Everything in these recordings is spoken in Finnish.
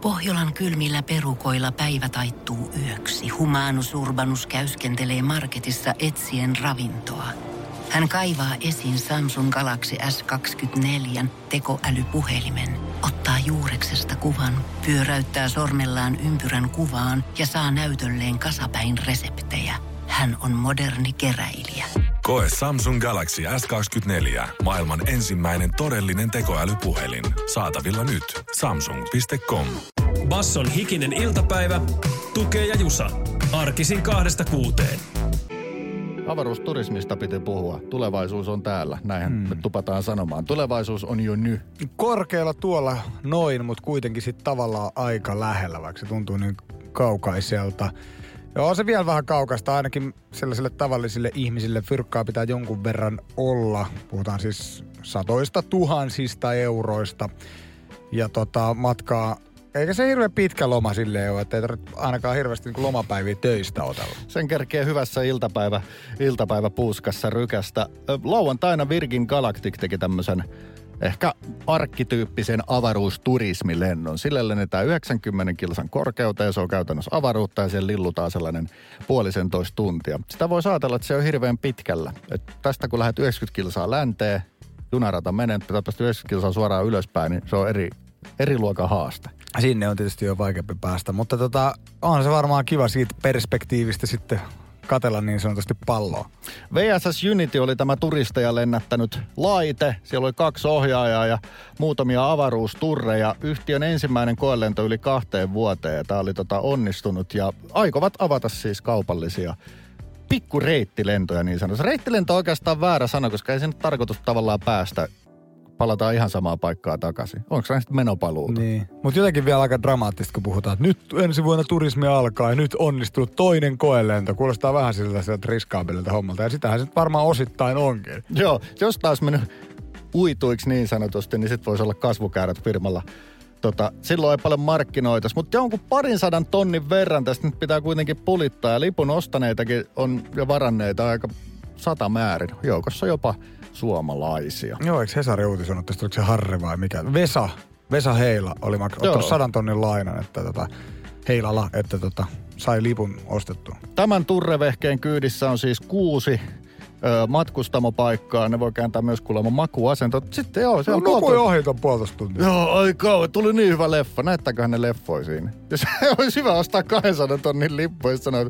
Pohjolan kylmillä perukoilla päivä taittuu yöksi. Humanus Urbanus käyskentelee marketissa etsien ravintoa. Hän kaivaa esiin Samsung Galaxy S24 tekoälypuhelimen, ottaa juureksesta kuvan, pyöräyttää sormellaan ympyrän kuvaan ja saa näytölleen kasapäin reseptejä. Hän on moderni keräilijä. Koe Samsung Galaxy S24. Maailman ensimmäinen todellinen tekoälypuhelin. Saatavilla nyt. Samsung.com. Basson hikinen iltapäivä. Tukee ja Jusa. Arkisin 2-6. Avaruusturismista piti puhua. Tulevaisuus on täällä. Näinhän me tupataan sanomaan. Tulevaisuus on jo nyt. Korkealla tuolla noin, mutta kuitenkin sitten tavallaan aika lähellä, vaikka se tuntuu niin kaukaiselta. Joo, se vielä vähän kaukaista. Ainakin sellaisille tavallisille ihmisille fyrkkaa pitää jonkun verran olla. Puhutaan siis 100,000 euroista. Ja matkaa, eikä se hirveän pitkä loma silleen ole, että ei tarvitse ainakaan hirveästi niin lomapäiviä töistä otella. Sen kerkee hyvässä iltapäiväpuuskassa rykästä. Lauantaina Virgin Galactic teki tämmöisen ehkä arkkityyppisen avaruusturismilennon. Sille lennetään 90 kilsan korkeuteen, se on käytännössä avaruutta ja siellä lillutaan sellainen 1,5 tuntia. Sitä voi ajatella, että se on hirveän pitkällä. Et tästä kun lähdet 90 kilsaa länteen, junarata menee, pitää päästä 90 kilsaa suoraan ylöspäin, niin se on eri luokan haaste. Sinne on tietysti jo vaikeampi päästä, mutta on se varmaan kiva siitä perspektiivistä sitten katella niin sanotusti palloa. VSS Unity oli tämä turisteja lennättänyt laite. Siellä oli 2 ohjaajaa ja muutamia avaruusturreja. Yhtiön ensimmäinen koelento yli 2 vuoteen. Tämä oli onnistunut ja aikovat avata siis kaupallisia pikkureittilentoja niin sanotusti. Reittilento on oikeastaan väärä sana, koska ei sen tarkoitus tavallaan päästä. Palataan ihan samaa paikkaa takaisin. Onko se sitten menopaluuta? Niin. Mutta jotenkin vielä aika dramaattista, kun puhutaan, että nyt ensi vuonna turismi alkaa ja nyt onnistunut toinen koelento. Kuulostaa vähän sieltä riskaabelilta hommalta ja sitähän se varmaan osittain onkin. Joo, jos taas mennyt uituiksi niin sanotusti, niin sitten voisi olla kasvukäyrät firmalla. Silloin ei paljon markkinoitas, mutta jonkun 200 tonnin verran tästä nyt pitää kuitenkin pulittaa. Ja lipun ostaneitakin on jo varanneita aika 100 määrin. Joukossa jopa suomalaisia. Joo, eikö Hesari uutisoinut tästä, oliko se Harri vai mikä? Vesa Heila oli ottanut 100 tonnin lainan, että Heilalla, että sai lipun ostettua. Tämän turrevehkeen kyydissä on siis 6 matkustamopaikkaa. Ne voi kääntää myös kuulemma makuasentot. Sitten se on nukui ohi ton 1,5 tuntia. Joo, ai kauan. Tuli niin hyvä leffa. Näyttääköhän ne leffoi siinä? Ja se olisi hyvä ostaa 200 tonnin lippu, jos sanoo, 1,5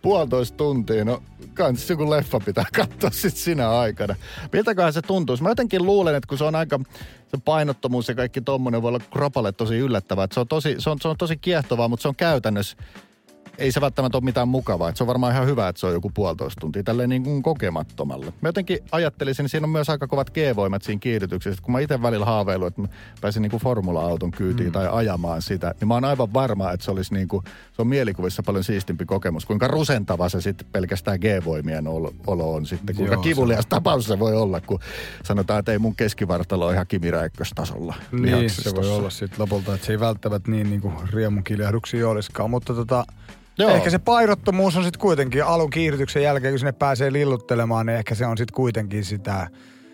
tuntia. No, kans joku leffa pitää katsoa sit sinä aikana. Miltäköhän se tuntuisi? Mä jotenkin luulen, että kun se on aika, se painottomuus ja kaikki tommonen voi olla kropalle tosi yllättävää. Että se on tosi kiehtovaa, mutta se on käytännössä ei se välttämättä ole mitään mukavaa. Että se on varmaan ihan hyvä, että se on joku 1,5 tuntia tälleen niin kuin kokemattomalle. Mä jotenkin ajattelisin, että siinä on myös aika kovat G-voimat siinä kiihdytyksessä. Kun mä itse välillä haaveilu, että mä pääsin niin kuin formula-auton kyytiin tai ajamaan sitä, niin mä oon aivan varma, että se olisi niin kuin, se on mielikuvissa paljon siistimpi kokemus. Kuinka rusentava se sitten pelkästään G-voimien olo on sitten. Kuinka kivulias tapaus se voi olla, kun sanotaan, että ei mun keskivartalo ole ihan Kimi Räikköstasolla. Niin, se voi olla sitten lopulta, että se ei välttämättä niin kuin riemunkiljahduksia olisikaan, mutta joo. Ehkä se painottomuus on sitten kuitenkin alun kiihdytyksen jälkeen, kun sinne pääsee lilluttelemaan, niin ehkä se on sitten kuitenkin sitä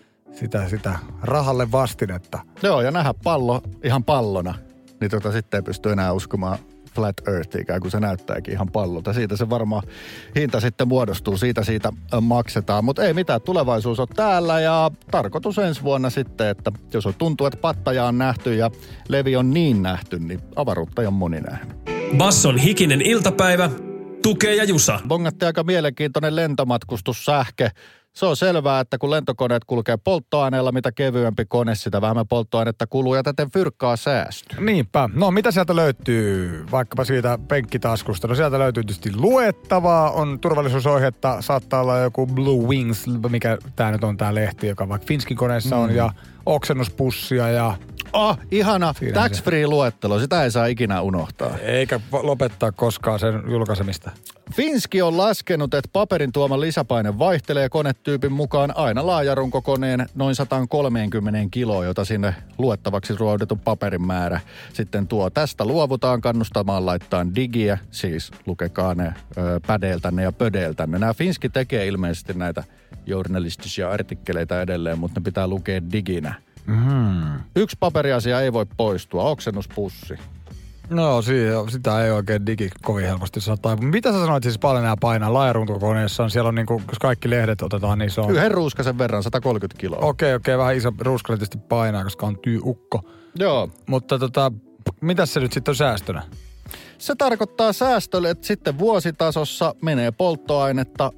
rahalle vastinetta. Joo, ja nähdä pallo ihan pallona, niin sitten ei pysty enää uskomaan flat earthikään, kun se näyttääkin ihan pallolta. Siitä se varmaan hinta sitten muodostuu, siitä maksetaan. Mutta ei mitään, tulevaisuus on täällä ja tarkoitus ensi vuonna sitten, että jos on tuntuu, että Pattaja on nähty ja Levi on niin nähty, niin avaruutta on moni nähnyt. Basson hikinen iltapäivä, Tukee ja Jusa. Bongatti aika mielenkiintoinen lentomatkustussähke. Se on selvää, että kun lentokoneet kulkee polttoaineella, mitä kevyempi kone, sitä vähemmän polttoainetta kuluu ja täten fyrkkaa säästyy. Niinpä. No mitä sieltä löytyy vaikkapa siitä penkkitaskusta? No sieltä löytyy tietysti luettavaa, on turvallisuusohjetta, saattaa olla joku Blue Wings, mikä tää nyt on tää lehti, joka vaikka Finskin koneessa on, ja oksennuspussia ja ihana tax-free-luettelo. Sitä ei saa ikinä unohtaa. Eikä lopettaa koskaan sen julkaisemista. Finski on laskenut, että paperin tuoma lisäpaine vaihtelee konetyypin mukaan aina laajarunkokoneen noin 130 kiloa, jota sinne luettavaksi ruodetun paperin määrä sitten tuo. Tästä luovutaan kannustamaan laittaa digiä, siis lukekaa ne pädeiltänne ja pödeiltänne. Nämä Finski tekee ilmeisesti näitä journalistisia artikkeleita edelleen, mutta ne pitää lukea diginä. Yksi paperiasia ei voi poistua, oksennuspussi. No sitä ei oikein kovin helposti saa taipua. Mitä sä sanoit siis paljon nää painaa laajarunkokoneessa? Siellä on niinku, jos kaikki lehdet otetaan, niin se on... Yhden ruuskasen verran, 130 kiloa. Okei, vähän iso ruuskalle tietysti painaa, koska on ukko. Joo. Mutta mitäs se nyt sitten on säästönä? Se tarkoittaa säästölle, että sitten vuositasossa menee polttoainetta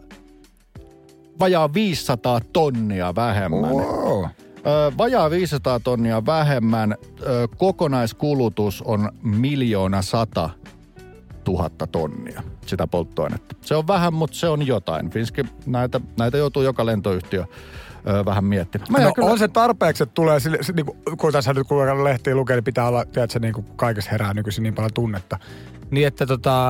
vajaa 500 tonnia vähemmän. Wow. Vajaa 500 tonnia vähemmän. Kokonaiskulutus on 1 100 000 tonnia sitä polttoainetta. Se on vähän, mutta se on jotain. Finski, näitä joutuu joka lentoyhtiö vähän miettimään. On se tarpeeksi, että tulee sille, niin kun tässä nyt kun lehtiä lukee, niin pitää olla, tiedätkö, niin kuin kaikessa herää nykyisin niin paljon tunnetta. Niin että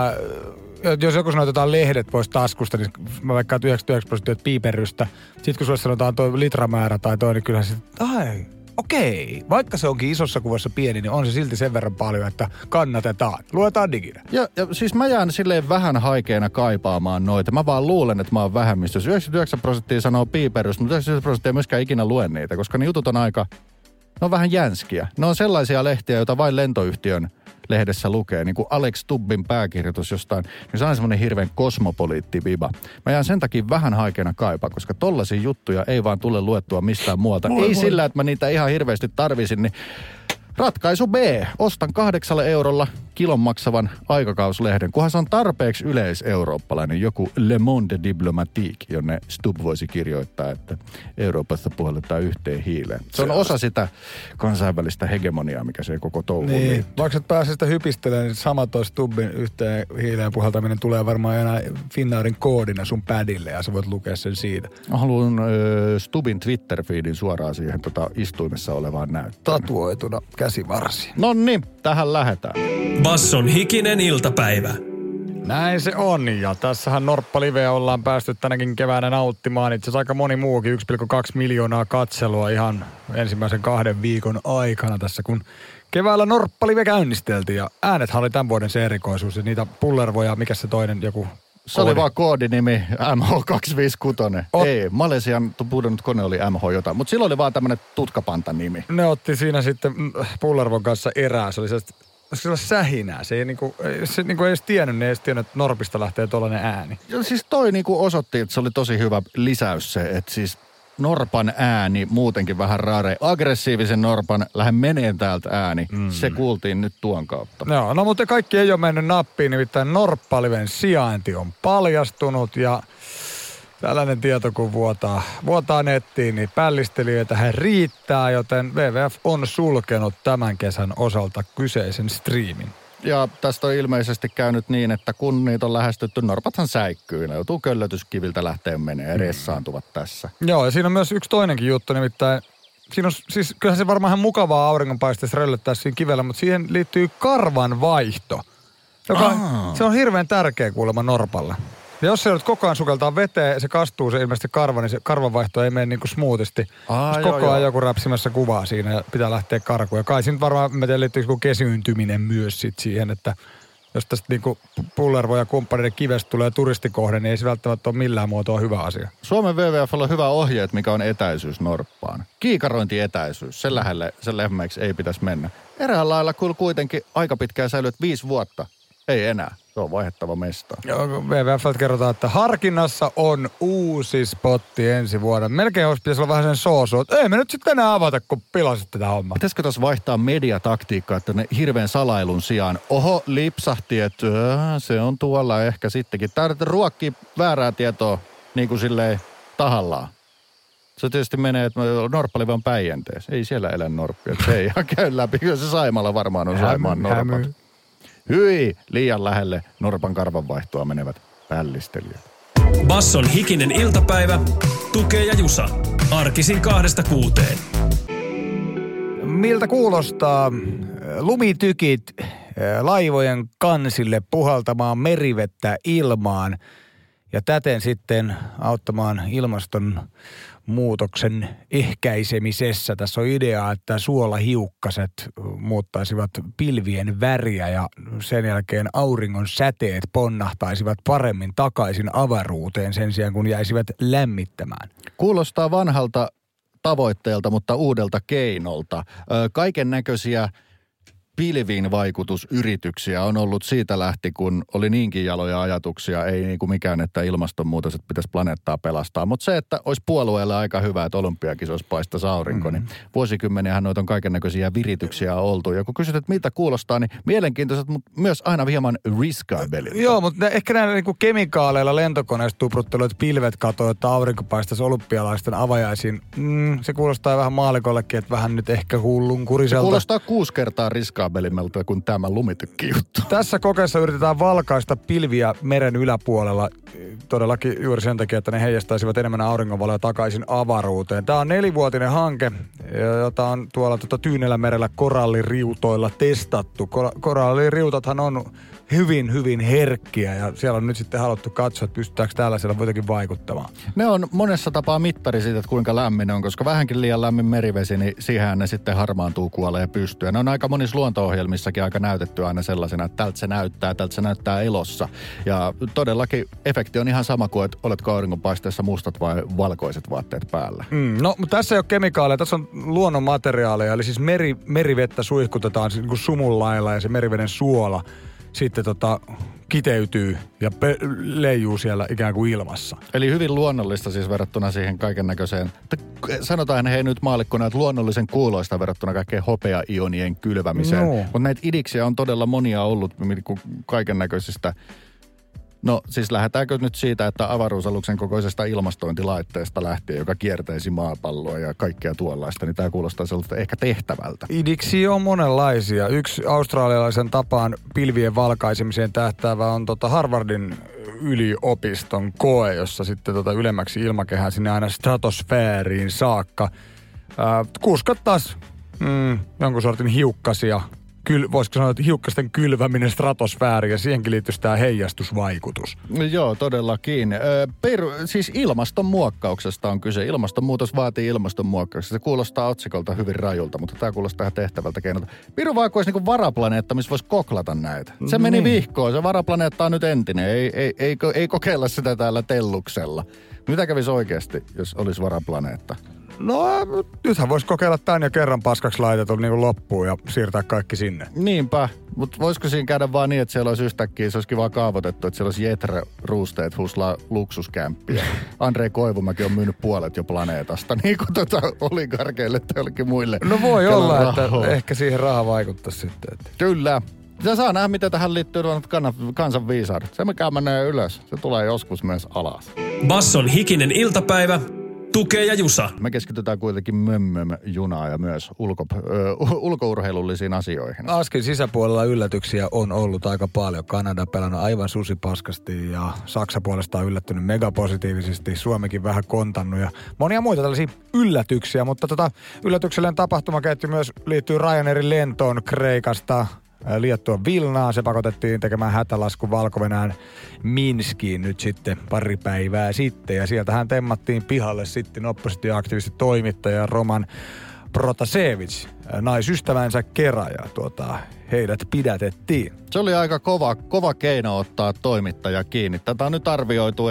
jos joku sanoo, että otetaan lehdet pois taskusta, niin mä vaikka 99% piiperrystä. Sitten kun sulle sanotaan tuo litramäärä tai toi, niin kyllähän sitten, okei. Vaikka se onkin isossa kuvassa pieni, niin on se silti sen verran paljon, että kannatetaan. Luetaan diginä. Ja siis mä jään silleen vähän haikeena kaipaamaan noita. Mä vaan luulen, että mä oon vähemmistössä. 99% sanoo piiperrystä, mutta 99% ei myöskään ikinä lue niitä, koska ne jutut on ne on vähän jänskiä. Ne on sellaisia lehtiä, joita vain lentoyhtiön lehdessä lukee, niin kuin Alex Stubbin pääkirjoitus jostain, niin se on semmoinen hirveän kosmopoliitti-viba. Mä jään sen takia vähän haikeena kaipaa, koska tollaisia juttuja ei vaan tule luettua mistään muualta. Ei sillä, että mä niitä ihan hirveästi tarvisin, niin ratkaisu B. Ostan 8 eurolla kilon maksavan aikakauslehden, kunhan se on tarpeeksi yleiseurooppalainen, joku Le Monde Diplomatique, jonne Stubb voisi kirjoittaa, että Euroopassa puhalletaan yhteen hiileen. Se on osa sitä kansainvälistä hegemoniaa, mikä se koko touhuun niin, vaikka et pääse sitä hypistelemään, niin sama toi Stubbin yhteen hiileen puhaltaminen tulee varmaan enää Finnairin koodina sun padille ja sä voit lukea sen siitä. Mä haluan Stubbin Twitter-feedin suoraan siihen istuimessa olevaan näyttöön. Tatuoituna käsivarsi. Noniin, tähän lähdetään. Basson hikinen iltapäivä. Näin se on, ja tässähän Norppa-liveä ollaan päästy tänäkin keväänä nauttimaan. Itse asiassa aika moni muukin, 1,2 miljoonaa katselua ihan ensimmäisen 2 viikon aikana tässä, kun keväällä Norppa-live käynnisteltiin. Ja äänethän oli tämän vuoden se erikoisuus, ja niitä pullervoja, mikä se toinen joku... Se oli vaan koodinimi MH256. Ei, Malesian pudonnut kone oli MH jotain, mutta silloin oli vaan tämmönen tutkapantanimi. Ne otti siinä sitten pullervon kanssa erää, se oli sillä sähinää. Se ei edes tiennyt, ne ei edes tiennyt, että Norpista lähtee tollainen ääni. Ja siis toi osoitti, että se oli tosi hyvä lisäys se, että siis Norpan ääni muutenkin vähän raare. Aggressiivisen Norpan lähde menee täältä ääni. Se kuultiin nyt tuon kautta. No mutta kaikki ei ole mennyt nappiin, nimittäin Norppa-liven sijainti on paljastunut ja tällainen tieto kun vuotaa nettiin, niin pällistelijöitähän riittää, joten WWF on sulkenut tämän kesän osalta kyseisen striimin. Ja tästä on ilmeisesti käynyt niin, että kun niitä on lähestytty, norpathan säikkyy. Ne joutuu köllötyskiviltä lähteen menee ja ressaantuvat tässä. Joo, ja siinä on myös yksi toinenkin juttu, nimittäin siinä on, siis kyllähän se varmaan ihan mukavaa auringonpaisteessa röllöttää siinä kivellä, mutta siihen liittyy karvan vaihto. Se on hirveän tärkeä kuulemma Norpalla. Ja jos se nyt koko ajan sukeltaa veteen, se kastuu se ilmeisesti karva, niin se karvanvaihto ei mene niin kuin smoothisti. Koko ajan joku räpsimässä kuvaa siinä ja pitää lähteä karkuun. Ja kai siinä varmaan, mä tiedän, liittyy joku kesyyntyminen myös sit siihen, että jos tästä niinku Pullervo ja kumppaneiden kivestä tulee turistikohde, niin ei se välttämättä ole millään muotoa hyvä asia. Suomen WWF on hyvä ohjeet, mikä on etäisyys Norppaan. Kiikarointietäisyys, sen lähelle, sen lehmäiksi ei pitäisi mennä. Erään lailla kuitenkin aika pitkään säilyy, 5 vuotta. Ei enää. Se on vaihdettava mestaa. WWF:ltä kerrotaan, että harkinnassa on uusi spotti ensi vuonna. Melkein pitäisi olla vähän sen soosu, että ei me nyt sitten enää avata, kun pilasit tätä hommaa. Pitäisikö tuossa vaihtaa mediataktiikkaa, että ne hirveän salailun sijaan, lipsahti, että se on tuolla ehkä sittenkin. Tarvitaan ruokkia väärää tietoa niin kuin silleen tahallaan. Se tietysti menee, että Norppa-live on Päijänteessä. Ei siellä elä norppia. Se ei ihan käy läpi. Kyllä se Saimalla varmaan on Saimaan norpat. Hyi, liian lähelle Norpan karvanvaihtoa menevät pällistelijät. Basson hikinen iltapäivä, Tukee ja Jusa. Arkisin 2-6. Miltä kuulostaa lumitykit laivojen kansille puhaltamaan merivettä ilmaan ja täten sitten auttamaan ilmastonmuutoksen ehkäisemisessä? Tässä on idea, että suolahiukkaset muuttaisivat pilvien väriä ja sen jälkeen auringon säteet ponnahtaisivat paremmin takaisin avaruuteen sen sijaan, kun jäisivät lämmittämään. Kuulostaa vanhalta tavoitteelta, mutta uudelta keinolta. Kaiken näköisiä pilviin vaikutusyrityksiä on ollut siitä lähti, kun oli niinkin jaloja ajatuksia, ei niin kuin mikään, että ilmastonmuutos, että pitäisi planeettaa pelastaa. Mutta se, että olisi puolueelle aika hyvä, että olympiakisoissa paistaisi aurinko, niin vuosikymmeniähän noita on kaikennäköisiä virityksiä oltu. Ja kun kysyt, että miltä kuulostaa, niin mielenkiintoiset, mutta myös aina hieman riskaabelilta. Joo, mutta ehkä näillä niinku kemikaaleilla lentokoneista tupruttelu, että pilvet katoo, että aurinko paistaisi olympialaisten avajaisiin. Se kuulostaa vähän maalikollekin, että vähän nyt ehkä hullunkuriselta. Se kuulostaa 6 kertaa riskaabelimelta kuin tämä lumitykki-juttu. Tässä kokeessa yritetään valkaista pilviä meren yläpuolella todellakin juuri sen takia, että ne heijastaisivat enemmän auringonvaloja takaisin avaruuteen. Tämä on 4-vuotinen hanke, jota on tuolla Tyynellämerellä koralliriutoilla testattu. Koralliriutothan on hyvin, hyvin herkkiä ja siellä on nyt sitten haluttu katsoa, että pystytäänkö tällaisella jotenkin vaikuttamaan. Ne on monessa tapaa mittari siitä, että kuinka lämmin on, koska vähänkin liian lämmin merivesi, niin siihen ne sitten harmaantuu, kuolee pystyyn. Ne on aika monissa luonto-ohjelmissakin aika näytetty aina sellaisena, että tältä se näyttää elossa. Ja todellakin efekti on ihan sama kuin, että oletko auringonpaisteessa mustat vai valkoiset vaatteet päällä. No, mutta tässä ei ole kemikaaleja, tässä on luonnonmateriaaleja, eli siis merivettä suihkutetaan niin kuin sumun lailla ja se meriveden suola sitten kiteytyy ja leijuu siellä ikään kuin ilmassa. Eli hyvin luonnollista siis verrattuna siihen kaiken näköiseen, sanotaan hei nyt maallikkona, että luonnollisen kuuloista verrattuna kaikkeen hopea-ionien kylvämiseen. No. Mutta näitä idiksiä on todella monia ollut kaiken näköisistä. No siis lähdetäänkö nyt siitä, että avaruusaluksen kokoisesta ilmastointilaitteesta lähtien, joka kiertäisi maapalloa ja kaikkea tuollaista, niin tämä kuulostaa sellaiselta ehkä tehtävältä. Idiksi on monenlaisia. Yksi australialaisen tapaan pilvien valkaisemiseen tähtäävä on Harvardin yliopiston koe, jossa sitten ylemmäksi ilmakehään sinne aina stratosfääriin saakka kuskattaisiin jonkun sortin hiukkasia. Voisiko sanoa, että hiukkasten kylväminen stratosfääriin ja siihenkin liittyisi tämä heijastusvaikutus. Joo, todellakin. Siis ilmastonmuokkauksesta on kyse. Ilmastonmuutos vaatii ilmastonmuokkauksesta. Se kuulostaa otsikolta hyvin rajulta, mutta tämä kuulostaa ihan tehtävältä keinolta. Piru vaikka olisi niin varaplaneetta, missä voisi koklata näitä. Se meni vihkoon. Se varaplaneetta on nyt entinen. Ei kokeilla sitä täällä telluksella. Mitä kävisi oikeasti, jos olisi varaplaneetta? No, nythän voisi kokeilla tämän ja kerran paskaksi laitetun niin loppuun ja siirtää kaikki sinne. Niinpä, mutta voisiko siinä käydä vaan niin, että siellä olisi yhtäkkiä, se olisikin vaan kaavoitettu, että siellä olisi Jetre Ruusteet huslaa luksuskämppiä. Andrei Koivumäki on myynyt puolet jo planeetasta, niin kuin oligarkeille tai jollekin muille. No voi olla, että ehkä siihen raha vaikuttaisi sitten. Että. Kyllä. Se saa nähdä, miten tähän liittyy kansan viisaudet. Se, mikä menee ylös, se tulee joskus myös alas. Basson hikinen iltapäivä. Tukee ja Jusa. Me keskitytään kuitenkin junaa ja myös ulkourheilullisiin asioihin. Askin sisäpuolella yllätyksiä on ollut aika paljon. Kanada pelannut aivan susipaskasti ja Saksa puolestaan yllättynyt megapositiivisesti. Suomikin vähän kontannut ja monia muita tällaisia yllätyksiä. Mutta yllätyksellinen tapahtumaketju myös liittyy Ryanairin lentoon Kreikasta Liettuan Vilnaan. Se pakotettiin tekemään hätälasku Valko-Venäjän Minskiin nyt sitten pari päivää sitten. Ja sieltähän temmattiin pihalle sitten oppositioaktivisti toimittaja Roman Protasevich naisystävänsä kerran ja heidät pidätettiin. Se oli aika kova keino ottaa toimittaja kiinni. Tätä on nyt arvioitu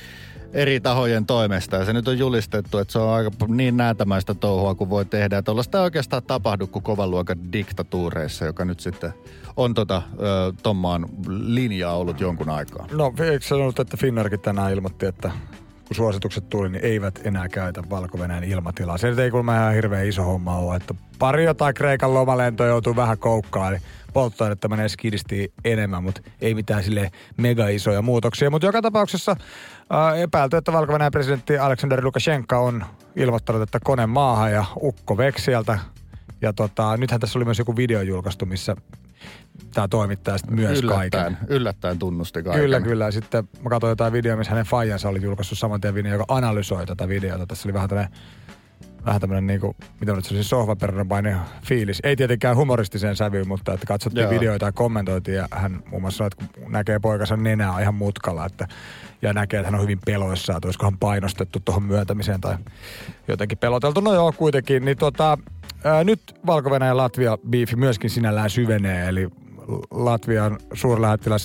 eri tahojen toimesta ja se nyt on julistettu, että se on aika niin näätämäistä touhua kuin voi tehdä. Ja tuollaista ei oikeastaan tapahdu kuin kovan luokan diktatuureissa, joka nyt sitten on Tommaan linjaa ollut jonkun aikaa. No eikö sanonut, että Finnairkin tänään ilmoitti, että kun suositukset tuli, niin eivät enää käytä Valko-Venäjän ilmatilaa. Se ei kuulemma ihan hirveän iso homma ole, että pari jotain Kreikan lomalentoa joutuu vähän koukkaan, eli polttoainetta menee skidisti enemmän, mutta ei mitään sille mega isoja muutoksia. Mutta joka tapauksessa epäilty, että Valko-Venäjän presidentti Aleksander Lukashenka on ilmoittanut, että kone maahan ja ukko veksiältä. Ja nythän tässä oli myös joku video julkaistu, missä tämä toimittaja sitten myös kaiken. Yllättäen tunnusti kaiken. Kyllä. Ja sitten mä katsoin jotain videoa, missä hänen faijansa oli julkaissut saman tien video, joka analysoi tätä videota. Tässä oli vähän tämmöinen niinku, mitä nyt se olisi sohvaperunapainen fiilis. Ei tietenkään humoristiseen sävyyn, mutta että katsottiin videoita ja kommentoitiin. Ja hän muun muassa sanoi, että kun näkee poikansa nenää ihan mutkalla, ja näkee, että hän on hyvin peloissaan, että olisikohan painostettu tuohon myöntämiseen tai jotenkin peloteltu. No joo, kuitenkin. Niin nyt Valko-Venäjän ja Latvia-biifi myöskin sinällään syvenee, eli Latvian suurlähettiläs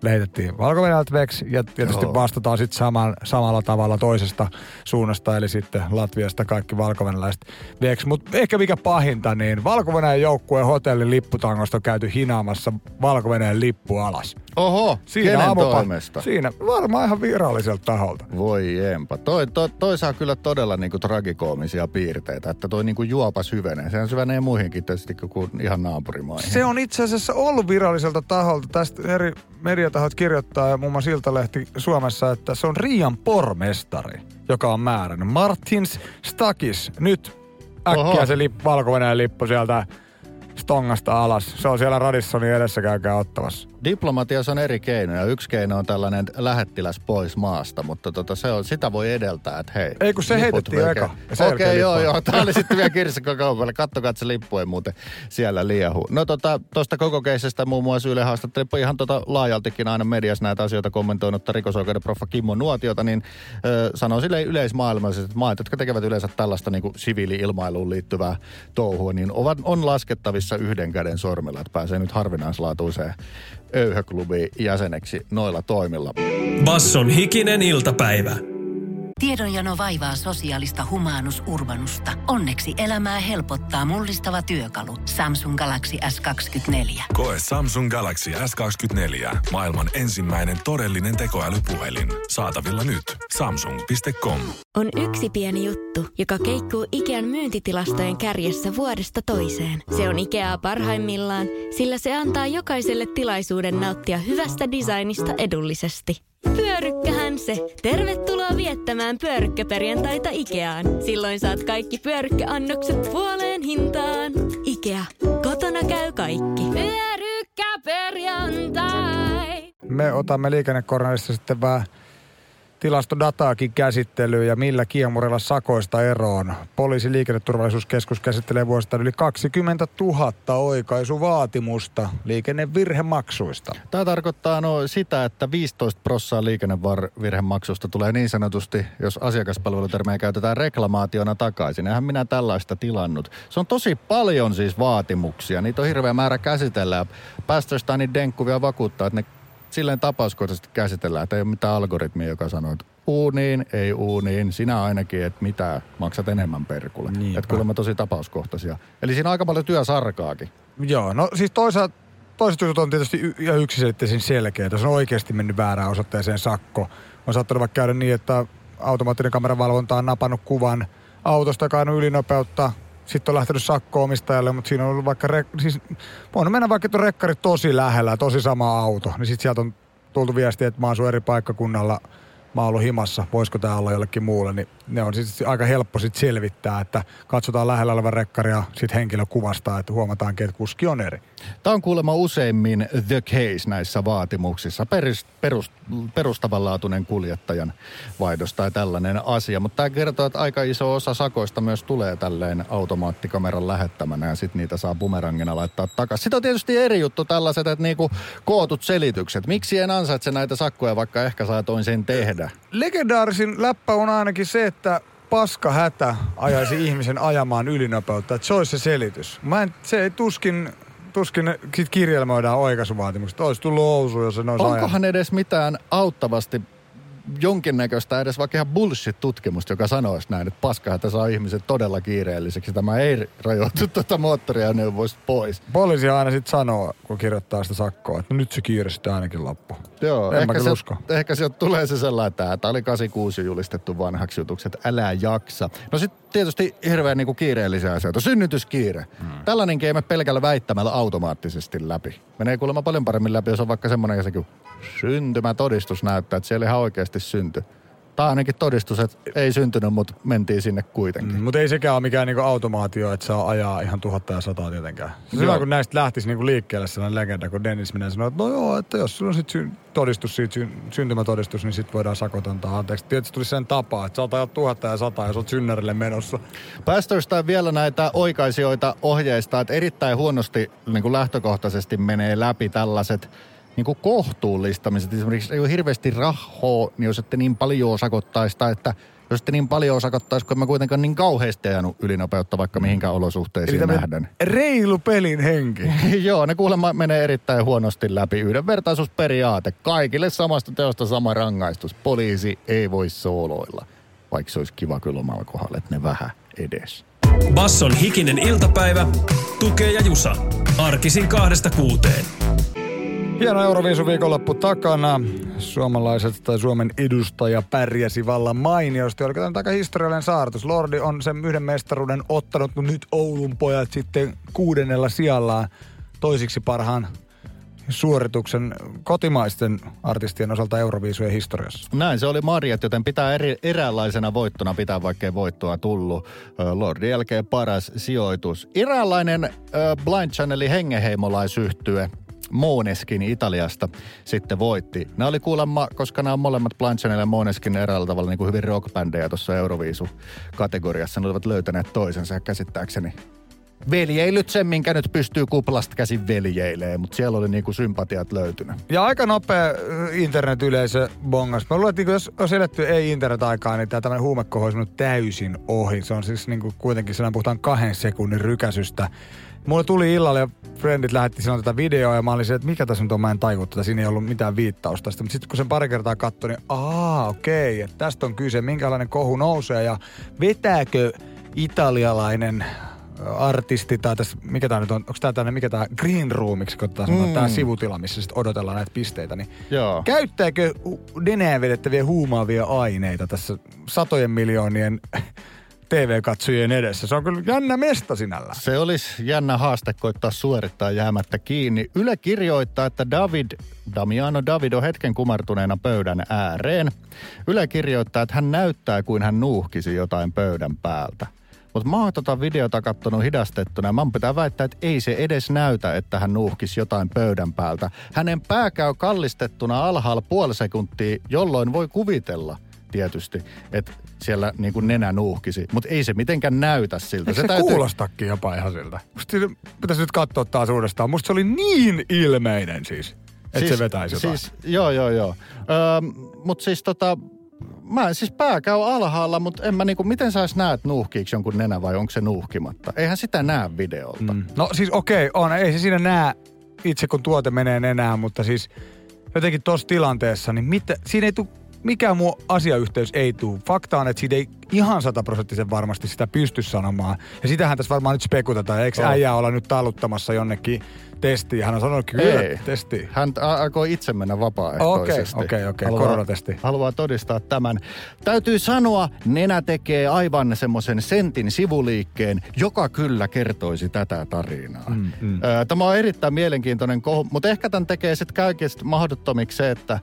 lähetettiin Valko-Venäjältä veksi ja tietysti vastataan sitten samalla tavalla toisesta suunnasta, eli sitten Latviasta kaikki valko-venäläiset veksi. Mutta ehkä mikä pahinta, niin Valko-Venäjän joukkueen hotellin lipputangosta on käyty hinaamassa Valko-Venäjän lippu alas. Oho, kenen toimesta? Siinä varmaan ihan viralliselta taholta. Voi jempa. Toi saa kyllä todella niinku tragikoomisia piirteitä, että toi niinku juopas hyvenee. Sehän syvenee muihinkin tietysti kuin ihan naapurimaihin. Se on itse asiassa ollut viralliselta taholta. Tästä eri mediatahot kirjoittaa ja muun muassa Iltalehti Suomessa, että se on Riian pormestari, joka on määrännyt. Martins Stakis. Nyt äkkiä se Valko-Venäjän lippu sieltä stongasta alas. Se on siellä Radissonin edessä, käykää ottamassa. Diplomatiassa on eri keinoja. Yksi keino on tällainen lähettiläs pois maasta, mutta sitä voi edeltää, että hei. Ei kun se heitettiin eka. Okei, joo. Tää oli sitten vielä Kirsikko-kaupalle. Kattokaa, että se lippu ei muuten siellä liehu. No tosta koko keissestä muun muassa Yle haastatteli ihan laajaltikin aina mediassa näitä asioita kommentoinutta rikosoikeuden proffa Kimmo Nuotiota, niin sanoo silleen yleismaailmallisesti, että maat, jotka tekevät yleensä tällaista niin kuin siviili-ilmailuun liittyvää touhua, niin on laskettavissa yhden käden sormilla, että pääsee nyt harvinaislaatuiseen öyhöklubiin jäseneksi noilla toimilla. Basson hikinen iltapäivä. Tiedonjano vaivaa sosiaalista humanus urbanusta. Onneksi elämää helpottaa mullistava työkalu. Samsung Galaxy S24. Koe Samsung Galaxy S24. Maailman ensimmäinen todellinen tekoälypuhelin. Saatavilla nyt. Samsung.com. On yksi pieni juttu, joka keikkuu Ikean myyntitilastojen kärjessä vuodesta toiseen. Se on Ikeaa parhaimmillaan, sillä se antaa jokaiselle tilaisuuden nauttia hyvästä designista edullisesti. Pyörykkähän se. Tervetuloa viettämään pyörykkäperjantaita Ikeaan. Silloin saat kaikki pyörykkäannokset puoleen hintaan. Ikea. Kotona käy kaikki. Pyörykkäperjantai. Me otamme liikennekornerissa sitten vähän tilastodataakin käsittelyyn ja millä kiemurilla sakoista eroon. Poliisi liikenneturvallisuuskeskus käsittelee vuosittain yli 20 000 oikaisuvaatimusta liikennevirhemaksuista. Tämä tarkoittaa sitä, että 15% liikennevirhemaksusta tulee niin sanotusti, jos asiakaspalvelutermejä käytetään reklamaationa takaisin. Eihän minä tällaista tilannut. Se on tosi paljon siis vaatimuksia. Niitä on hirveä määrä käsitellä. Päästöistä niin denkkuvia vakuuttaa, että ne silleen tapauskohtaisesti käsitellään, että ei ole mitään algoritmia, joka sanoo, että uuniin, ei uuniin, sinä ainakin, että mitä maksat enemmän perkulle. Että kuulemma tosi tapauskohtaisia. Eli siinä on aika paljon työsarkaakin. Joo, no siis toiset jutut on tietysti ihan yksiselitteisen selkeitä. Se on oikeasti mennyt väärään osoitteeseen sakko. On saattanut vaikka käydä niin, että automaattinen kameravalvonta on napannut kuvan autosta, joka on ylinopeutta. Sitten on lähtenyt sakko omistajalle, mutta siinä on ollut vaikka, on mennä vaikka tuon rekkari tosi lähellä, tosi sama auto. Niin sitten sieltä on tultu viestiä, että mä asun eri paikkakunnalla, mä oon ollut himassa, voisiko tää olla jollekin muulle. Niin ne on sitten aika helppo sitten selvittää, että katsotaan lähellä olevan rekkari ja sitten henkilö kuvastaa, että huomataankin, että kuski on eri. Tämä on kuulemma useimmin the case näissä vaatimuksissa. Perustavanlaatuinen kuljettajan vaihdos tai tällainen asia. Mutta tämä kertoo, että aika iso osa sakoista myös tulee tälleen automaattikameran lähettämänä ja sitten niitä saa bumerangina laittaa takaisin. Sitten on tietysti eri juttu tällaiset, että niinku kootut selitykset. Miksi en ansaitse näitä sakkoja, vaikka ehkä saatoin sen tehdä? Legendaarisin läppä on ainakin se, että paska hätä ajaisi ihmisen ajamaan ylinopeutta. Että se olisi se selitys. Se ei tuskin kirjelmöidään oikaisuvaatimukset. Olisi tullut ousu, jos se olisi Onkohan edes mitään auttavasti jonkinnäköistä edes vaikka ihan bullshit-tutkimusta, joka sanoisi näin, että paskahätä saa ihmiset todella kiireelliseksi. Tämä ei rajoitu moottoria neuvoista pois. Poliisi aina sitten sanoo, kun kirjoittaa sitä sakkoa, että nyt se kiire sitten ainakin loppu. Joo, ehkä sieltä tulee se sellainen, että tämä oli 86 julistettu vanhaksi jutuksi, että älä jaksa. No sitten tietysti hirveän niinku kiireellisiä asioita. Synnytyskiire. Tällainenkin ei mene pelkällä väittämällä automaattisesti läpi. Menee kuulemma paljon paremmin läpi, jos on vaikka semmoinen asia, syntymätodistus näyttää, että siellä ihan oikeasti syntyi. Tai ainakin todistus, että ei syntynyt, mutta mentiin sinne kuitenkin. Mutta ei sekään ole mikään niinku automaatio, että saa ajaa ihan 1100 tietenkään. Hyvä, kun näistä lähtisi niinku liikkeelle sellainen legenda, kun Dennis minä sanoi, että no joo, että jos sulla on sitten todistus siitä, syntymätodistus, niin sitten voidaan sakot antaa anteeksi. Tietysti tuli sen tapaa, että sä oot ajaa 1100, jos oot synnärille menossa. Päästöistä vielä näitä oikaisijoita ohjeistaa, että erittäin huonosti niin lähtökohtaisesti menee läpi tällaiset niin kuin kohtuullistamiset. Esimerkiksi ei ole hirveästi rahaa, niin jos ette niin paljon sakottaista, että jos sitten niin paljon osakottaisi, kun mä kuitenkaan niin kauheasti ajanut ylinopeutta vaikka mihinkään olosuhteisiin nähden. Reilu pelin henki. Joo, ne kuulemma menee erittäin huonosti läpi. Yhdenvertaisuusperiaate. Kaikille samasta teosta sama rangaistus. Poliisi ei voi sooloilla. Vaikka se olisi kiva kyllä omalla kohdalla, että ne vähän edes. Basson hikinen iltapäivä, Tukee ja Jusa. Arkisin 2-6. Hieno Euroviisun viikonloppu takana. Suomalaiset tai Suomen edustaja pärjäsi vallan mainiosti. Oliko tämä aika historiallinen saavutus? Lordi on sen yhden mestaruuden ottanut, mutta nyt Oulun pojat sitten 6. sijallaan toisiksi parhaan suorituksen kotimaisten artistien osalta Euroviisujen historiassa. Näin se oli Marjat, joten pitää eräänlaisena voittona pitää, vaikkei voittoa tullut. Lordin jälkeen paras sijoitus. Eräänlainen Blind Channelin hengenheimolaisyhtye Måneskin Italiasta sitten voitti. Nämä oli kuulemma, koska nämä on molemmat Blind Channel ja Måneskin eräällä tavalla niin kuin hyvin rockbändejä tuossa Euroviisu-kategoriassa. Ne olivat löytäneet toisensa ja käsittääkseni veljeilyt sen, minkä nyt pystyy kuplasta käsin veljeilee, mutta siellä oli niinku sympatiat löytynyt. Ja aika nopea internet-yleisö bongas. Mä luulen, että jos olisi eletty ei-internet-aikaa, niin tämä tämmöinen huumekoho olisi mennyt täysin ohi. Se on siis niinku kuitenkin sellainen puhutaan 2 sekunnin rykäsystä. Mulle tuli illalla ja friendit lähetti silloin tätä videoa ja mä olin se, että mikä tässä nyt on, mä en tajua tätä. Siinä ei ollut mitään viittausta. Mutta sitten kun sen pari kertaa katsoi, niin okei, että tästä on kyse, minkälainen kohu nousee ja vetääkö italialainen artisti tai tässä, mikä tää nyt on, onko tää tänne, mikä tää Green Roomiksi, kun tää sivutila, missä sitten odotellaan näitä pisteitä, niin joo. Käyttääkö nenään vedettäviä huumaavia aineita tässä satojen miljoonien TV-katsojien edessä? Se on kyllä jännä mesta sinällään. Se olisi jännä haaste koittaa suorittaa jäämättä kiinni. Yle kirjoittaa, että Damiano David on hetken kumartuneena pöydän ääreen. Yle kirjoittaa, että hän näyttää kuin hän nuuhkisi jotain pöydän päältä. Mutta mä oon tota videota kattonut hidastettuna ja mä pitää väittää, että ei se edes näytä, että hän nuuhkisi jotain pöydän päältä. Hänen pää käy kallistettuna alhaalla puoli sekuntia, jolloin voi kuvitella tietysti, että siellä niin kuin nenä nuuhkisi. Mutta ei se mitenkään näytä siltä. Eikö se kuulostakin jopa ihan siltä? Musta pitäisi nyt katsoa taas uudestaan. Musta se oli niin ilmeinen siis, että se vetäisi jotain. Siis, joo. Mutta siis mä siis pää käy alhaalla, mutta en mä niinku, miten sä edes näet nuuhkiiksi jonkun nenä vai onko se nuuhkimatta? Eihän sitä näe videolta. No siis okei, ei se siinä näe itse kun tuote menee nenään, mutta siis jotenkin tuossa tilanteessa, niin siinä ei tule, mikään muu asiayhteys ei tule. Fakta on, että siitä ei ihan 100% varmasti sitä pysty sanomaan. Ja sitähän tässä varmaan nyt spekutetaan. Eikö äijää olla nyt talluttamassa jonnekin testiin? Hän on sanonut kyllä testiin. Hän aikoo itse mennä vapaaehtoisesti. Okei, koronatesti. Haluaa todistaa tämän. Täytyy sanoa, nenä tekee aivan semmoisen sentin sivuliikkeen, joka kyllä kertoisi tätä tarinaa. Tämä on erittäin mielenkiintoinen kohu, mutta ehkä tämän tekee sitten kaikista mahdottomiksi se, että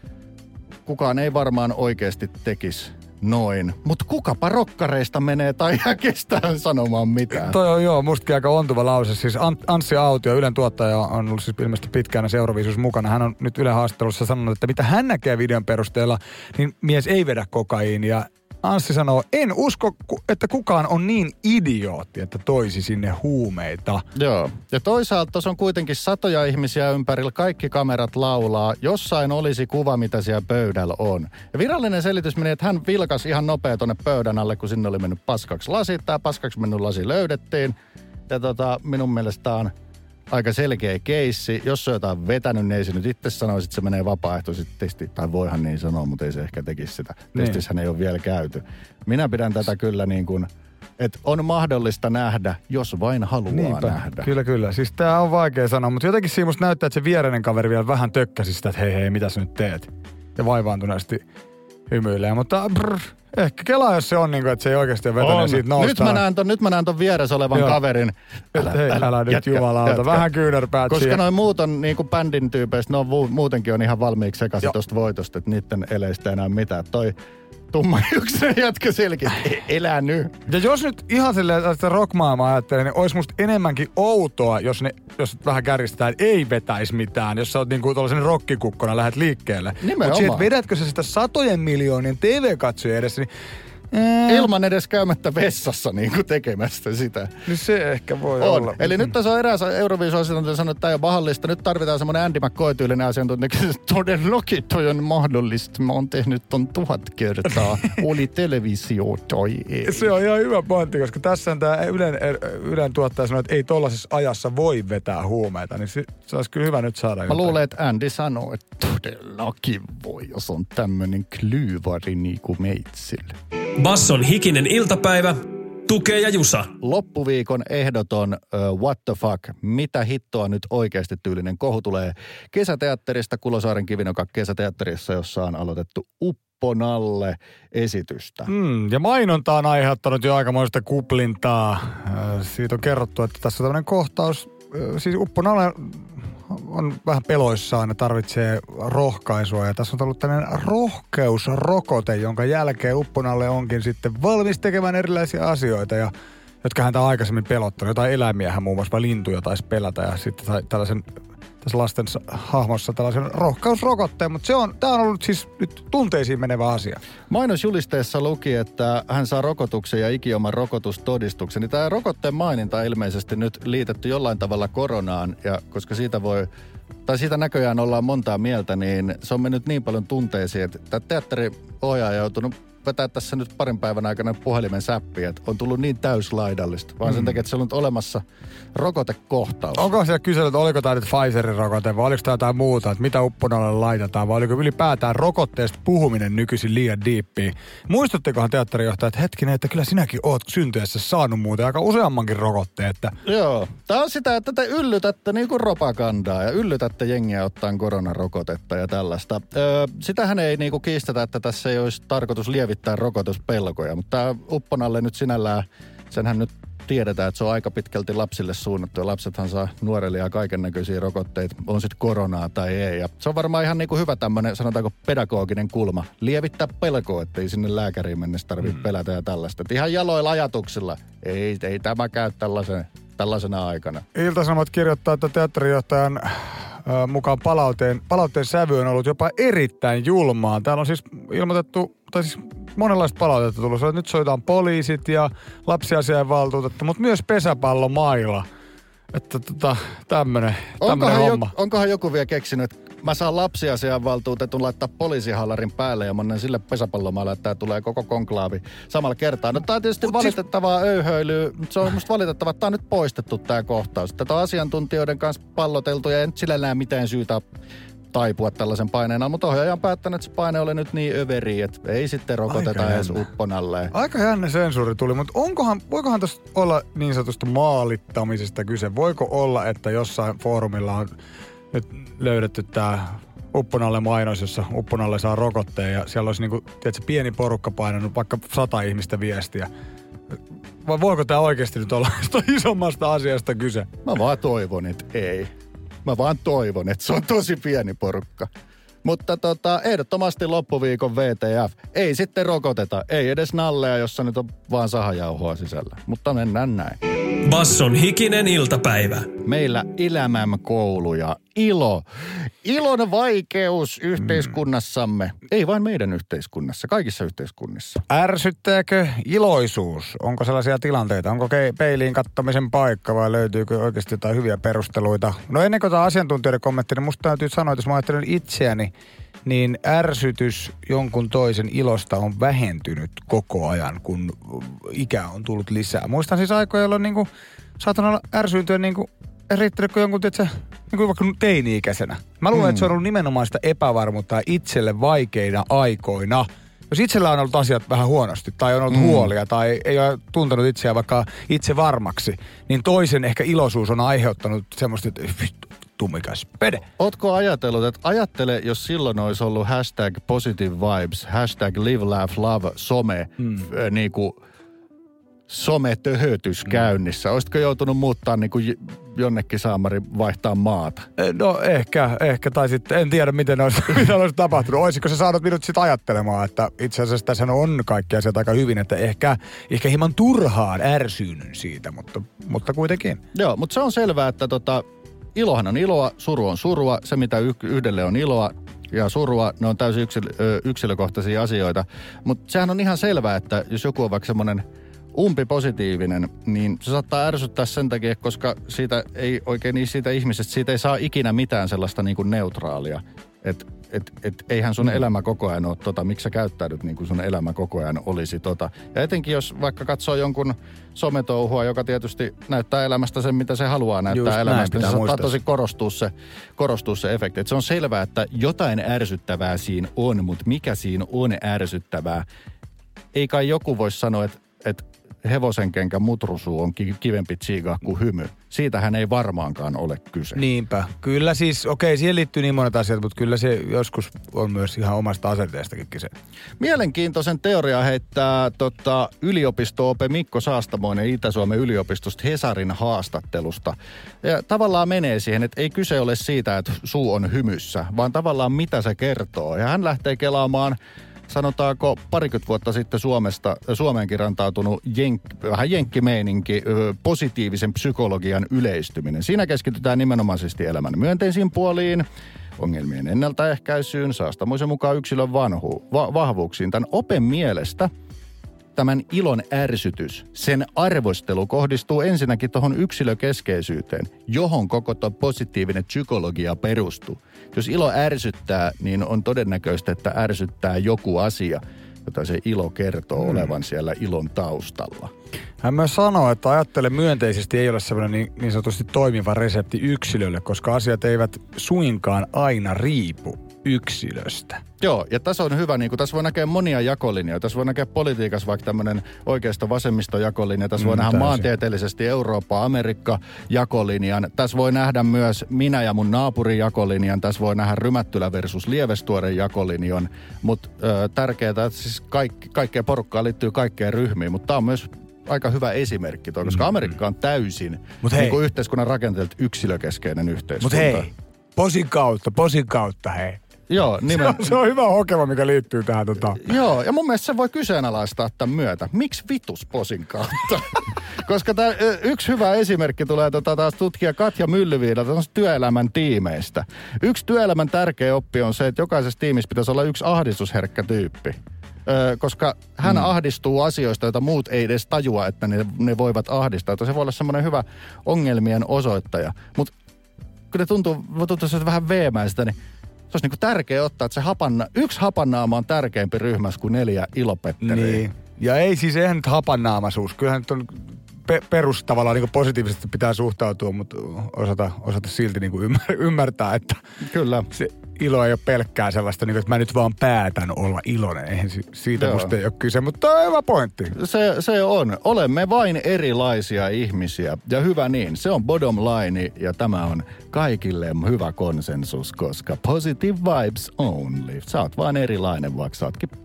kukaan ei varmaan oikeasti tekisi noin. Mutta kukapa rokkareista menee tai ihan kestää sanomaan mitään. Toi on mustakin aika ontuva lause. Siis Anssi Autio, Ylen tuottaja, on ollut siis ilmeisesti pitkään näissä Euroviisuissa mukana. Hän on nyt Ylen haastattelussa sanonut, että mitä hän näkee videon perusteella, niin mies ei vedä kokaiinia. Anssi sanoo, en usko, että kukaan on niin idiootti, että toisi sinne huumeita. Joo, ja toisaalta tuossa on kuitenkin satoja ihmisiä ympärillä, kaikki kamerat laulaa. Jossain olisi kuva, mitä siellä pöydällä on. Ja virallinen selitys meni, että hän vilkasi ihan nopea tuonne pöydän alle, kun sinne oli mennyt paskaksi lasit. Tämä paskaksi mennyt lasi löydettiin. Ja minun mielestä on aika selkeä keissi. Jos se on jotain vetänyt, niin ei se nyt itse sanoisi, että se menee vapaaehtoisesti testiin. Tai voihan niin sanoa, mutta ei se ehkä tekisi sitä. Testissähän ei ole vielä käyty. Minä pidän tätä kyllä niin kuin, että on mahdollista nähdä, jos vain haluaa nähdä. Kyllä. Siis tää on vaikea sanoa, mutta jotenkin siinä musta näyttää, että se viereinen kaveri vielä vähän tökkäsi sitä, että hei, mitä sä nyt teet? Ja vaivaantuneesti hymyilee, mutta ehkä kelaa, jos se on niin kuin, että se ei oikeasti ole vetänyt siitä noustaan. Nyt mä näen ton vieressä olevan kaverin. Älä nyt jumalauta, vähän kyynärpäät koska siihen. Noin muut on niin kuin bändin tyypeistä, ne on muutenkin on ihan valmiiksi sekaisin tosta voitosta, että niiden eleistä enää mitään. Toi tummahiuksen jätkä selkeä, elää nyt. Ja jos nyt ihan silleen rockmaailmaa ajattelee, niin olisi musta enemmänkin outoa, jos vähän kärjistetään, ei vetäisi mitään. Jos sä oot niinku tuollaisen rockikukkona, lähdet liikkeelle. Nimenomaan. Mutta vedätkö sä sitä satojen miljoonien TV-katsojien edessä, niin Ilman edes käymättä vessassa niin kuin tekemästä sitä. Niin se ehkä voi olla. Eli nyt tässä on eräs Euroviisu-asiantuntija sanonut, että tämä on mahdollista. Nyt tarvitaan semmoinen Andy McCoy-tyylinen asiantuntija. Todellakin toi on mahdollista. Mä oon tehnyt ton 1000 kertaa. Oli televisio tai ei. Se on ihan hyvä pointti, koska tässä on tämä Ylen tuottaja sanoo, että ei tollaisessa ajassa voi vetää huumeita. Niin se olisi kyllä hyvä nyt saada jotain. Mä luulen, että Andy sanoo, että todellakin voi, jos on tämmöinen klyyvari niin kuin meitsille. Basson hikinen iltapäivä, Tukee ja Jusa. Loppuviikon ehdoton what the fuck, mitä hittoa nyt oikeasti tyylinen kohu tulee kesäteatterista, Kulosaaren Kivinokka kesäteatterissa, jossa on aloitettu Upponalle esitystä. Ja mainonta on aiheuttanut jo aikamoista kuplintaa. Siitä on kerrottu, että tässä on tämmöinen kohtaus, siis Upponalle on vähän peloissaan ja tarvitsee rohkaisua. Ja tässä on ollut tämmöinen rohkeusrokote, jonka jälkeen Upponalle onkin sitten valmis tekemään erilaisia asioita, ja jotka häntä on aikaisemmin pelottanut. Jotain eläimiähän muun muassa, vai lintuja taisi pelätä, ja sitten tällaisen tässä lasten hahmossa tällaisen rohkausrokotteen, mutta tämä on ollut siis nyt tunteisiin menevä asia. Mainosjulisteessa luki, että hän saa rokotuksen ja ikioman rokotustodistuksen. Niin tämä rokotteen maininta on ilmeisesti nyt liitetty jollain tavalla koronaan, ja koska siitä siitä näköjään ollaan montaa mieltä, niin se on mennyt niin paljon tunteisiin, että tämä teatteriohjaaja on joutunut vetää tässä nyt parin päivän aikana puhelimen säppiä, että on tullut niin täyslaidallista, vaan sen takia, että se on nyt olemassa rokotekohtaus. Onko siellä kysellyt, että oliko tämä nyt Pfizerin rokote vai oliko tämä jotain muuta, että mitä Upponalle laitetaan vai oliko ylipäätään rokotteesta puhuminen nykyisin liian diippiä? Muistuttekohan teatterijohtaja, että hetkinen, että kyllä sinäkin oot syntyessä saanut muuten aika useammankin rokotteen, että... Joo, tämä on sitä, että te yllytätte niinku propagandaa ja yllytätte jengiä ottaan koronarokotetta ja tällaista. Sitähän ei niinku kiistetä, että tässä ei olisi tarkoitus lievittää rokotuspelkoja, mutta tämä Upponalle nyt sinällään, senhän nyt tiedetään, että se on aika pitkälti lapsille suunnattu ja lapsethan saa nuorille ja kaiken näköisiä rokotteita, on sitten koronaa tai ei. Ja se on varmaan ihan niinku hyvä tämmöinen, sanotaanko pedagoginen kulma, lievittää pelkoa, ettei sinne lääkäriin mennessä tarvitse pelätä ja tällaista. Et ihan jaloilla ajatuksilla, ei tämä käy tällaisena aikana. Ilta-Sanomat kirjoittaa, että teatterijohtajan mukaan palautteen sävy on ollut jopa erittäin julmaa. Täällä on siis ilmoitettu, tai siis monenlaista palautetta tullut. Nyt soitaan poliisit ja lapsiasiainvaltuutettu, mutta myös pesäpallomaila. Että tämmönen homma. Onkohan joku vielä keksinyt, että mä saan lapsiasiainvaltuutetun laittaa poliisihallarin päälle ja monen sille pesäpallomailla, että tää tulee koko konklaavi samalla kertaa. No tää on tietysti valitettavaa öyhöilyä. Se on musta valitettavaa, että tää on nyt poistettu tää kohtaus. Tätä on asiantuntijoiden kanssa palloteltu ja ei nyt sillä näe mitään syytä taipua tällaisen paineen, mutta ohjaaja on päättänyt, että se paine oli nyt niin överi, että ei sitten rokoteta edes Upponalle. Aika jännä sensuuri tuli, mutta voikohan tuossa olla niin sanotusta maalittamisesta kyse? Voiko olla, että jossain foorumilla on nyt löydetty tämä Upponalle mainos, jossa Upponalle saa rokotteen ja siellä olisi niinku, tiedätkö, pieni porukka painanut vaikka 100 ihmistä viestiä. Vai voiko tämä oikeasti nyt olla isommasta asiasta kyse? Mä vaan toivon, että ei. Mä vaan toivon, että se on tosi pieni porukka. Mutta ehdottomasti loppuviikon VTF. Ei sitten rokoteta. Ei edes nalleja, jossa nyt on vaan sahajauhoa sisällä. Mutta mennään näin. Basson hikinen iltapäivä. Meillä elämänkoulu ja ilo. Ilon vaikeus yhteiskunnassamme. Ei vain meidän yhteiskunnassa, kaikissa yhteiskunnissa. Ärsyttääkö iloisuus? Onko sellaisia tilanteita? Onko peiliin kattomisen paikka vai löytyykö oikeasti jotain hyviä perusteluita? No ennen kuin tämä asiantuntijoiden kommentti, niin musta täytyy sanoa, että jos mä ajattelen itseäni, niin ärsytys jonkun toisen ilosta on vähentynyt koko ajan, kun ikä on tullut lisää. Muistan siis aikoja, jolloin niinku saatan olla ärsyyntyä niinku riittänyt jonkun, niinku vaikka teini-ikäisenä. Mä luulen, että se on ollut nimenomaan sitä epävarmuutta itselle vaikeina aikoina. Jos itsellä on ollut asiat vähän huonosti tai on ollut huolia tai ei ole tuntenut itseään vaikka itse varmaksi, niin toisen ehkä iloisuus on aiheuttanut semmoista, että tumikas pede. Ootko ajatellut, että ajattele, jos silloin olisi ollut hashtag positive vibes, hashtag live, laugh, love, some, niinku sometöhötys käynnissä. Olisitko joutunut muuttaa niinku jonnekin saamari vaihtaa maata? No ehkä, tai sitten en tiedä miten olisi tapahtunut. Olisiko se saanut minut sitten ajattelemaan, että itse asiassa tässä on kaikki asiat aika hyvin, että ehkä hieman turhaan ärsyyn siitä, mutta kuitenkin. Joo, mutta se on selvää, että ilohan on iloa, suru on surua. Se, mitä yhdelle on iloa, ja surua, ne on täysin yksilökohtaisia asioita. Mutta sehän on ihan selvää, että jos joku on vaikka semmoinen umpipositiivinen, niin se saattaa ärsyttää sen takia, koska siitä ei oikein niin siitä ihmisestä, siitä ei saa ikinä mitään sellaista niin kuin neutraalia. Et eihän sun elämä koko ajan ole miksi sä käyttäydyt niin kuin sun elämä koko ajan olisi Ja etenkin jos vaikka katsoo jonkun sometouhua, joka tietysti näyttää elämästä sen, mitä se haluaa näyttää elämästä, niin se saattaa tosi korostua se efekti. Et se on selvää, että jotain ärsyttävää siinä on, mutta mikä siinä on ärsyttävää? Ei kai joku voi sanoa, että hevosenkenkä mutrusuu on kivempi tsiigaa kuin hymy. Siitähän ei varmaankaan ole kyse. Niinpä. Kyllä siis, okei, siihen liittyy niin monet asiat, mutta kyllä se joskus on myös ihan omasta asenteestakin kyse. Mielenkiintoisen teoriaa heittää yliopisto-ope Mikko Saastamoinen Itä-Suomen yliopistosta Hesarin haastattelusta. Ja tavallaan menee siihen, että ei kyse ole siitä, että suu on hymyssä, vaan tavallaan mitä se kertoo. Ja hän lähtee kelaamaan sanotaanko parikymmentä vuotta sitten Suomeenkin rantautunut vähän jenkkimeininki, positiivisen psykologian yleistyminen. Siinä keskitytään nimenomaisesti elämän myönteisiin puoliin, ongelmien ennaltaehkäisyyn, Saastamoisen mukaan yksilön vahvuuksiin. Tämän open mielestä tämän ilon ärsytys, sen arvostelu kohdistuu ensinnäkin tuohon yksilökeskeisyyteen, johon koko tuo positiivinen psykologia perustuu. Jos ilo ärsyttää, niin on todennäköistä, että ärsyttää joku asia, jota se ilo kertoo olevan siellä ilon taustalla. Hän myös sanoo, että ajattele myönteisesti ei ole sellainen niin sanotusti toimiva resepti yksilölle, koska asiat eivät suinkaan aina riipu yksilöstä. Joo, ja tässä on hyvä, niin kuin tässä voi näkeä monia jakolinjoja. Tässä voi näkeä politiikassa vaikka tämmöinen oikeisto-vasemmisto jakolinja. Tässä voi nähdä maantieteellisesti Eurooppa-Amerikka-jakolinjan. Tässä voi nähdä myös minä ja mun naapurin jakolinjan. Tässä voi nähdä Rymättylä versus Lievestuoren jakolinjan. Mutta tärkeää, että siis kaikkea porukkaa liittyy kaikkeen ryhmiin. Mutta tämä on myös aika hyvä esimerkki toi, koska Amerikka on täysin niin kuin yhteiskunnan rakenteelta yksilökeskeinen yhteiskunta. Mutta hei, posin kautta hei. Joo, se on hyvä hokema, mikä liittyy tähän. Joo, ja mun mielestä se voi kyseenalaistaa tämän myötä. Miksi vitus posin kautta? Koska yksi hyvä esimerkki tulee taas tutkija Katja Myllyviidalta työelämän tiimeistä. Yksi työelämän tärkeä oppi on se, että jokaisessa tiimissä pitäisi olla yksi ahdistusherkkä tyyppi. Koska hän ahdistuu asioista, joita muut ei edes tajua, että ne voivat ahdistaa. Se voi olla semmoinen hyvä ongelmien osoittaja. Mutta kun tuntuu vähän veemäistä, niin se olisi niinku tärkeää ottaa, että yksi hapannaama on tärkeämpi ryhmässä kuin 4 ilopetteriä. Niin. Ja ei siis eihän nyt hapannaamaisuus. Kyllähän nyt on tavallaan niinku positiivisesti pitää suhtautua, mutta osata silti niinku ymmärtää, että kyllä. Se ilo ei ole pelkkää sellaista, niinku, että mä nyt vaan päätän olla iloinen. Eihän siitä musta ei ole kyse, mutta on hyvä pointti. Se on. Olemme vain erilaisia ihmisiä. Ja hyvä niin. Se on bottom line ja tämä on kaikille hyvä konsensus, koska positive vibes only. Sä oot vaan erilainen, vaikka sä ootkin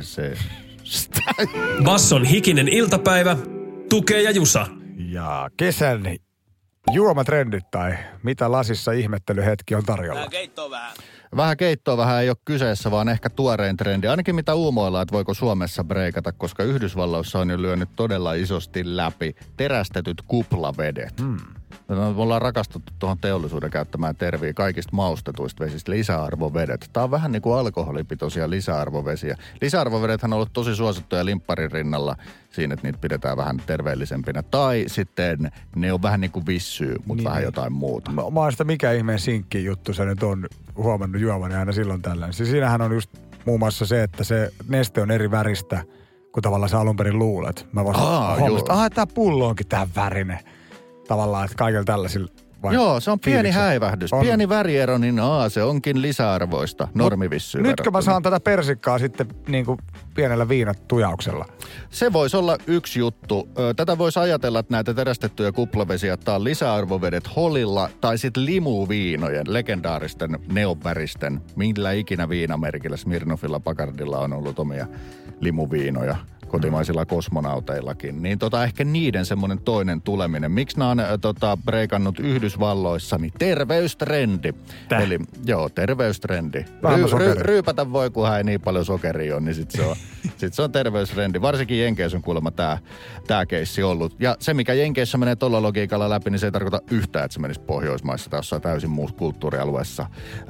perseestä. Basson hikinen iltapäivä. Tukee ja Jusa. Ja kesän juomatrendit tai mitä lasissa ihmettelyhetki on tarjolla. Vähän keittoa ei ole kyseessä, vaan ehkä tuorein trendi. Ainakin mitä uumoillaan, että voiko Suomessa breikata, koska Yhdysvalloissa on jo lyönyt todella isosti läpi terästetyt kuplavedet. Me ollaan rakastuttu tuohon teollisuuden käyttämään terviä kaikista maustetuista vesistä, lisäarvovedet. Tämä on vähän niin kuin alkoholipitoisia lisäarvovesiä. Lisäarvovedethän on ollut tosi suosittuja limpparin rinnalla siinä, että niitä pidetään vähän terveellisempinä. Tai sitten ne on vähän niin kuin vissyy, mutta vähän jotain muuta. Mä oon sitä mikä ihmeen sinkki juttu sä nyt on huomannut juomani aina silloin tällöin. Siis siinähän on just muun muassa se, että se neste on eri väristä, kuin tavallaan sä alun perin luulet. Mä vasta huomasin, että tää pullo onkin tää värinen. Tavallaan, että kaikilla tällaisilla joo, se on pieni häivähdys. Pieni väriero, niin se onkin lisäarvoista normivissyyn verrattuna. Nytkö mä saan tätä persikkaa sitten niin kuin pienellä viinatujauksella? Se voisi olla yksi juttu. Tätä voisi ajatella, että näitä terästettyjä kuplavesiä on lisäarvovedet Hollilla tai sitten limuviinojen, legendaaristen neonväristen, millä ikinä viinamerkillä, Smirnoffilla, Bacardilla on ollut omia limuviinoja. Kotimaisilla kosmonauteillakin, niin ehkä niiden semmoinen toinen tuleminen. Miksi nämä on breikannut Yhdysvalloissani terveystrendi. Eli terveystrendi. Ryypätä voi, kun ei niin paljon sokeria on, niin sit se on terveystrendi. Varsinkin Jenkeissä on kuulemma tää keissi ollut. Ja se, mikä Jenkeissä menee tuolla logiikalla läpi, niin se ei tarkoita yhtään, että se menisi Pohjoismaissa tai jossain täysin muussa kulttuurialueessa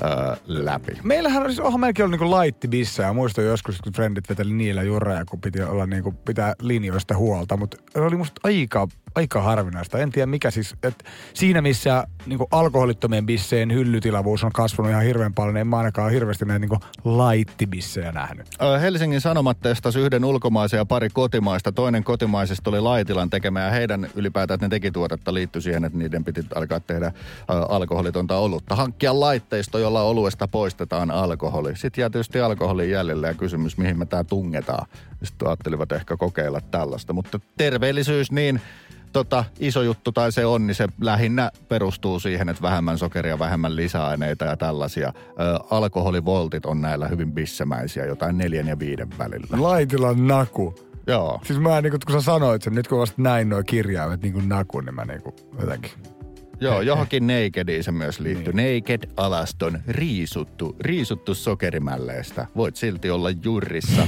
läpi. Meillähän onhan melkein ollut niinku laittibissejä. Ja muistan joskus, kun frendit veteli niillä jurreja, kun piti olla niinku pitää linjoista huolta. Mutta se oli musta aika harvinaista. En tiedä mikä siis, että siinä missä niinku alkoholittomien bisseen hyllytilavuus on kasvanut ihan hirveän paljon, niin en mä ainakaan hirveästi näitä niinku laittibissejä nähnyt. Helsingin Sanomat testasi yhden ulkomaisen ja pari kotimaista. Toinen kotimaisesta oli Laitilan tekemä ja heidän ylipäätään, että ne teki tuotetta liittyi siihen, että niiden piti alkaa tehdä alkoholitonta olutta. Hankkia laitteisto, jolla oluesta poistetaan alkoholi. Sitten jää tietysti alkoholin jäljelle ja kysymys, mihin me tää tungetaan. Sitten ajattelivat ehkä kokeilla tällaista, mutta terveellisyys niin iso juttu tai se on, niin se lähinnä perustuu siihen, että vähemmän sokeria, vähemmän lisäaineita ja tällaisia. Alkoholivoltit on näillä hyvin bissemäisiä, jotain 4 ja 5 välillä. Laitilan naku. Joo. Siis mä kun sä sanoit sen, nyt kun vasta näin nuo kirjaimet niin kuin naku, niin mä jotenkin... Joo, johonkin Nakediin se myös liittyy. Niin. Naked-alaston riisuttu sokerimälleestä. Voit silti olla jurissa.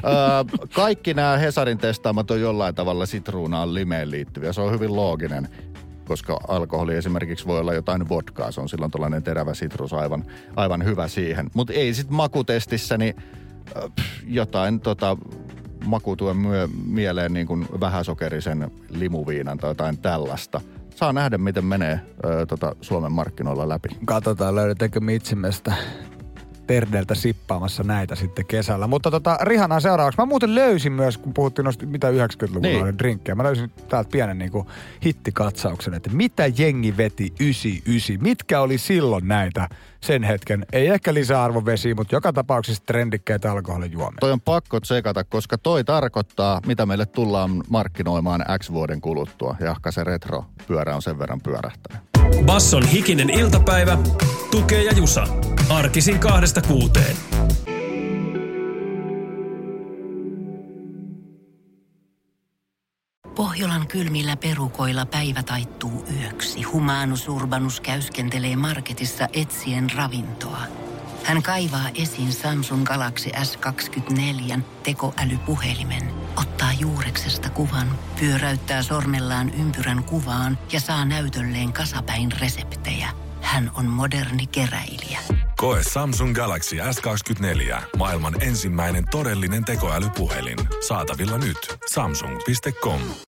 Kaikki nämä Hesarin testaamat on jollain tavalla sitruunaan limeen liittyviä. Se on hyvin looginen, koska alkoholi esimerkiksi voi olla jotain vodkaa. Se on silloin tällainen terävä sitrus aivan hyvä siihen. Mutta ei sit makutestissä niin jotain makutuen mieleen niin kuin vähäsokerisen limuviinan tai jotain tällaista. Saa nähdä, miten menee Suomen markkinoilla läpi. Katsotaan, löydetäänkö me itsemestä terdeltä sippaamassa näitä sitten kesällä. Mutta Rihanna seuraavaksi. Mä muuten löysin myös, kun puhuttiin noista, mitä 90-luvulla oli drinkkejä. Mä löysin täältä pienen niinku hittikatsauksen, että mitä jengi veti 99. Mitkä oli silloin näitä sen hetken? Ei ehkä lisäarvovesiä, mutta joka tapauksessa trendikkäitä alkoholijuomia. Toi on pakko tsekata, koska toi tarkoittaa, mitä meille tullaan markkinoimaan X vuoden kuluttua. Jahka se retro-pyörä on sen verran pyörähtänyt. Basson hikinen iltapäivä, Tukee ja Jusa. Arkisin 2-6. Pohjolan kylmillä perukoilla päivä taittuu yöksi. Humanus Urbanus käyskentelee marketissa etsien ravintoa. Hän kaivaa esiin Samsung Galaxy S24 tekoälypuhelimen, ottaa juureksesta kuvan, pyöräyttää sormellaan ympyrän kuvaan ja saa näytölleen kasapäin reseptejä. Hän on moderni keräilijä. Koe Samsung Galaxy S24. Maailman ensimmäinen todellinen tekoälypuhelin. Saatavilla nyt. Samsung.com.